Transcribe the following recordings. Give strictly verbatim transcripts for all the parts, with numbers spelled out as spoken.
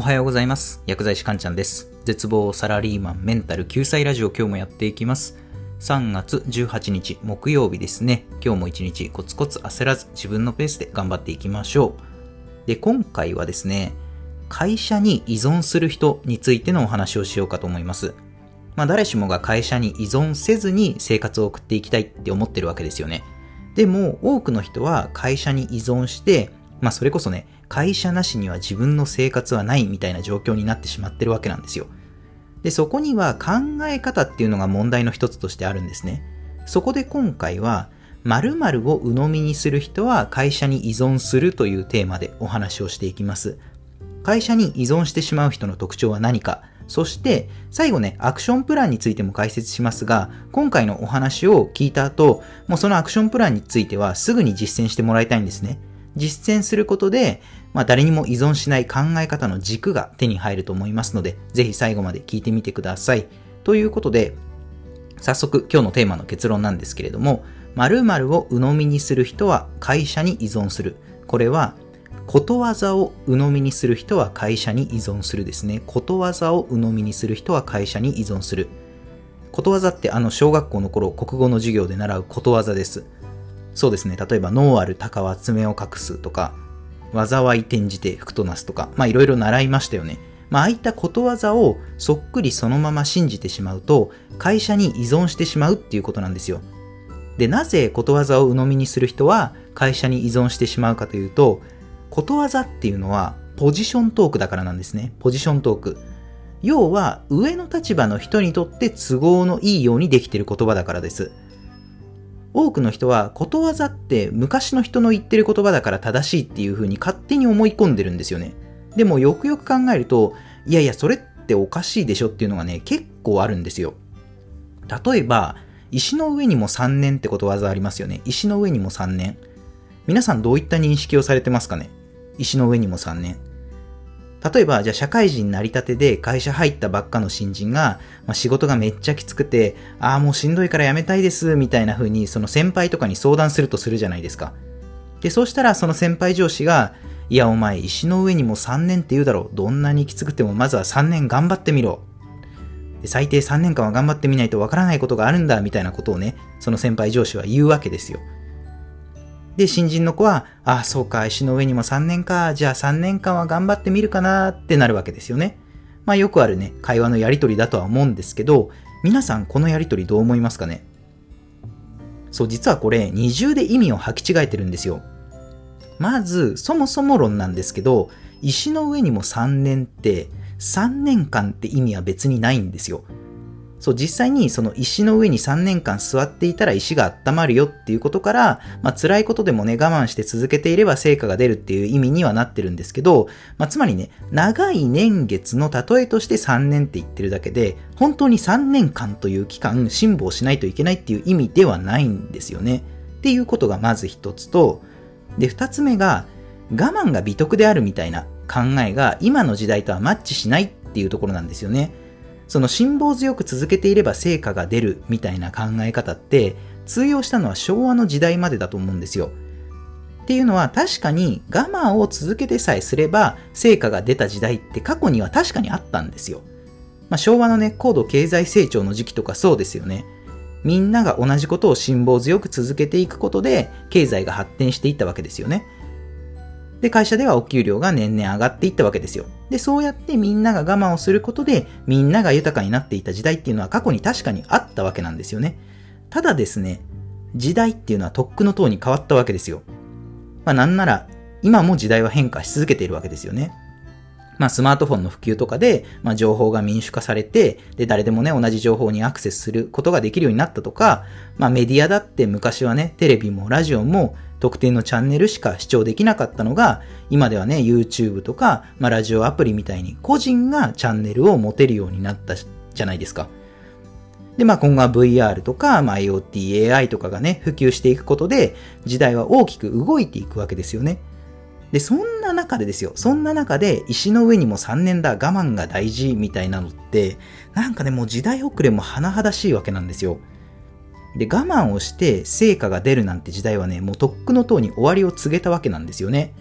はようございます。薬剤師かんちゃんです。絶望サラリーマンメンタル救済ラジオ、今日もやっていきます。さんがつじゅうはちにち木曜日ですね。今日も一日コツコツ焦らず自分のペースで頑張っていきましょう。で、今回はですね、会社に依存する人についてのお話をしようかと思います。まあ誰しもが会社に依存せずに生活を送っていきたいって思ってるわけですよね。でも多くの人は会社に依存して、まあそれこそね、会社なしには自分の生活はないみたいな状況になってしまってるわけなんですよ。で、そこには考え方っていうのが問題の一つとしてあるんですね。そこで今回は、〇〇を鵜呑みにする人は会社に依存するというテーマでお話をしていきます。会社に依存してしまう人の特徴は何か、そして最後ね、アクションプランについても解説しますが、今回のお話を聞いた後、もうそのアクションプランについてはすぐに実践してもらいたいんですね。実践することで、まあ、誰にも依存しない考え方の軸が手に入ると思いますので、ぜひ最後まで聞いてみてください。ということで、早速今日のテーマの結論なんですけれども、〇〇を鵜呑みにする人は会社に依存する。これは、ことわざを鵜呑みにする人は会社に依存するですね。ことわざを鵜呑みにする人は会社に依存する。ことわざってあの小学校の頃国語の授業で習うことわざです。そうですね。例えば、能ある鷹は爪を隠すとか、災い転じて福となすとか、まあいろいろ習いましたよね。まあああいったことわざをそっくりそのまま信じてしまうと、会社に依存してしまうっていうことなんですよ。で、なぜことわざを鵜呑みにする人は会社に依存してしまうかというと、ことわざっていうのはポジショントークだからなんですね。ポジショントーク。要は上の立場の人にとって都合のいいようにできている言葉だからです。多くの人はことわざって昔の人の言ってる言葉だから正しいっていう風に勝手に思い込んでるんですよね。でもよくよく考えると、いやいやそれっておかしいでしょっていうのがね、結構あるんですよ。例えば、石の上にもさんねんってことわざありますよね。石の上にもさんねん。皆さんどういった認識をされてますかね。石の上にもさんねん。例えば、じゃあ社会人なりたてで会社入ったばっかの新人が、まあ、仕事がめっちゃきつくて、ああもうしんどいから辞めたいです、みたいな風にその先輩とかに相談するとするじゃないですか。で、そうしたらその先輩上司が、いやお前石の上にもさんねんって言うだろう。どんなにきつくてもまずはさんねん頑張ってみろ。で、最低さんねんかんは頑張ってみないとわからないことがあるんだ、みたいなことをね、その先輩上司は言うわけですよ。で、新人の子は、ああ、そうか、石の上にもさんねんか、じゃあさんねんかんは頑張ってみるかなってなるわけですよね。まあよくあるね、会話のやりとりだとは思うんですけど、皆さんこのやりとりどう思いますかね。そう、実はこれ二重で意味を履き違えてるんですよ。まず、そもそも論なんですけど、石の上にもさんねんって、さんねんかんって意味は別にないんですよ。そう、実際にその石の上にさんねんかん座っていたら石が温まるよっていうことから、まあ辛いことでもね、我慢して続けていれば成果が出るっていう意味にはなってるんですけど、まあつまりね、長い年月の例えとしてさんねんって言ってるだけで、本当にさんねんかんという期間辛抱しないといけないっていう意味ではないんですよね。っていうことがまず一つと、で、二つ目が、我慢が美徳であるみたいな考えが今の時代とはマッチしないっていうところなんですよね。その辛抱強く続けていれば成果が出るみたいな考え方って通用したのは昭和の時代までだと思うんですよ。っていうのは確かに我慢を続けてさえすれば成果が出た時代って過去には確かにあったんですよ。まあ、昭和のね、高度経済成長の時期とかそうですよね。みんなが同じことを辛抱強く続けていくことで経済が発展していったわけですよね。で、会社ではお給料が年々上がっていったわけですよ。で、そうやってみんなが我慢をすることで、みんなが豊かになっていた時代っていうのは過去に確かにあったわけなんですよね。ただですね、時代っていうのはとっくの塔に変わったわけですよ。まあなんなら、今も時代は変化し続けているわけですよね。まあスマートフォンの普及とかで、まあ情報が民主化されて、で、誰でもね、同じ情報にアクセスすることができるようになったとか、まあメディアだって昔はね、テレビもラジオも、特定のチャンネルしか視聴できなかったのが、今ではね、YouTube とか、まあ、ラジオアプリみたいに個人がチャンネルを持てるようになったじゃないですか。で、まあ今後は ブイアール とか、まあ、IoT、エーアイ とかがね、普及していくことで、時代は大きく動いていくわけですよね。で、そんな中でですよ、そんな中で石の上にもさんねんだ、我慢が大事みたいなのって、なんかね、もう時代遅れも甚だしいわけなんですよ。で、我慢をして成果が出るなんて時代はね、もうとっくの塔に終わりを告げたわけなんですよね。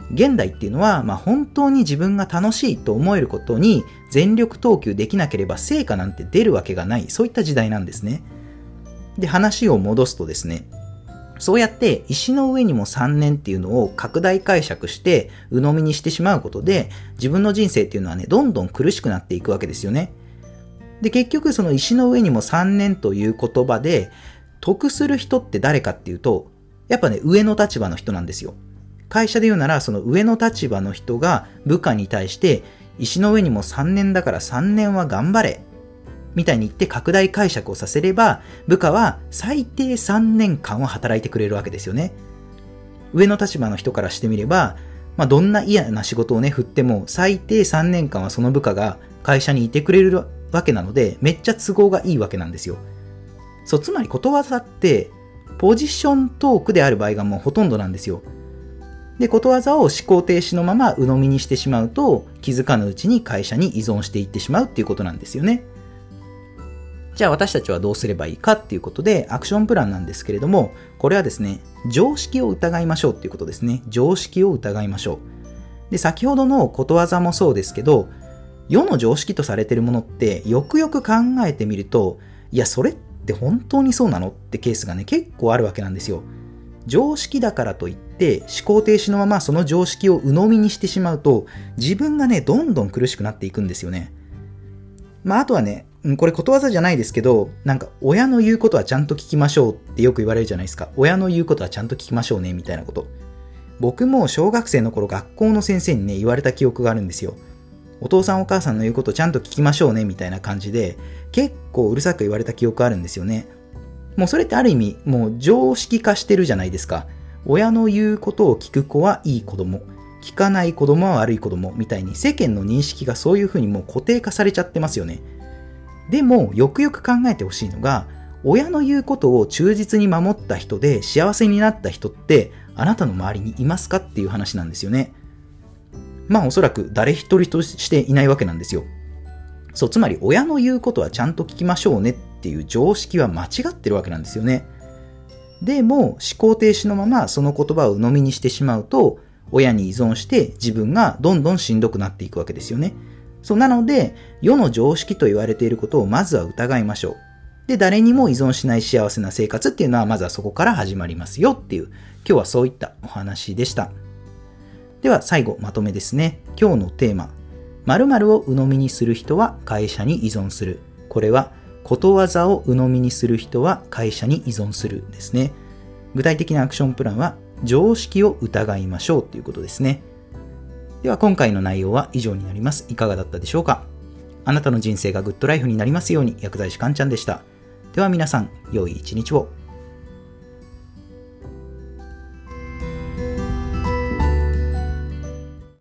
現代っていうのは、まあ、本当に自分が楽しいと思えることに全力投球できなければ成果なんて出るわけがない、そういった時代なんですね。で、話を戻すとですね、そうやって石の上にもさんねんっていうのを拡大解釈して鵜呑みにしてしまうことで、自分の人生っていうのはね、どんどん苦しくなっていくわけですよね。で、結局その石の上にもさんねんという言葉で得する人って誰かっていうと、やっぱね、上の立場の人なんですよ。会社で言うなら、その上の立場の人が部下に対して、石の上にもさんねんだからさんねんは頑張れみたいに言って拡大解釈をさせれば、部下は最低さんねんかんは働いてくれるわけですよね。上の立場の人からしてみれば、まあ、どんな嫌な仕事をね、振っても最低さんねんかんはその部下が会社にいてくれるわけなので、めっちゃ都合がいいわけなんですよ。そう、つまりことわざってポジショントークである場合がもうほとんどなんですよ。で、ことわざを思考停止のまま鵜呑みにしてしまうと、気づかぬうちに会社に依存していってしまうっていうことなんですよね。じゃあ私たちはどうすればいいかっていうことで、アクションプランなんですけれども、これはですね、常識を疑いましょうっていうことですね。常識を疑いましょう。で、先ほどのことわざもそうですけど、世の常識とされているものってよくよく考えてみると、いや、それって本当にそうなのってケースがね、結構あるわけなんですよ。常識だからといって思考停止のままその常識を鵜呑みにしてしまうと、自分がね、どんどん苦しくなっていくんですよね。まあ、あとはね、これことわざじゃないですけど、なんか親の言うことはちゃんと聞きましょうってよく言われるじゃないですか。親の言うことはちゃんと聞きましょうねみたいなこと。僕も小学生の頃学校の先生にね、言われた記憶があるんですよ。お父さんお母さんの言うことをちゃんと聞きましょうねみたいな感じで、結構うるさく言われた記憶あるんですよね。もうそれってある意味もう常識化してるじゃないですか。親の言うことを聞く子はいい子供、聞かない子供は悪い子供みたいに世間の認識がそういうふうにもう固定化されちゃってますよね。でもよくよく考えてほしいのが、親の言うことを忠実に守った人で幸せになった人ってあなたの周りにいますかっていう話なんですよね。まあおそらく誰一人としていないわけなんですよ。そう、つまり親の言うことはちゃんと聞きましょうねっていう常識は間違ってるわけなんですよね。でも思考停止のままその言葉を鵜呑みにしてしまうと、親に依存して自分がどんどんしんどくなっていくわけですよね。そうなので、世の常識と言われていることをまずは疑いましょう。で、誰にも依存しない幸せな生活っていうのはまずはそこから始まりますよっていう、今日はそういったお話でした。では最後まとめですね。今日のテーマ、〇〇を鵜呑みにする人は会社に依存する。これはことわざを鵜呑みにする人は会社に依存するですね。具体的なアクションプランは常識を疑いましょうということですね。では今回の内容は以上になります。いかがだったでしょうか。あなたの人生がグッドライフになりますように。薬剤師かんちゃんでした。では皆さん、良い一日を。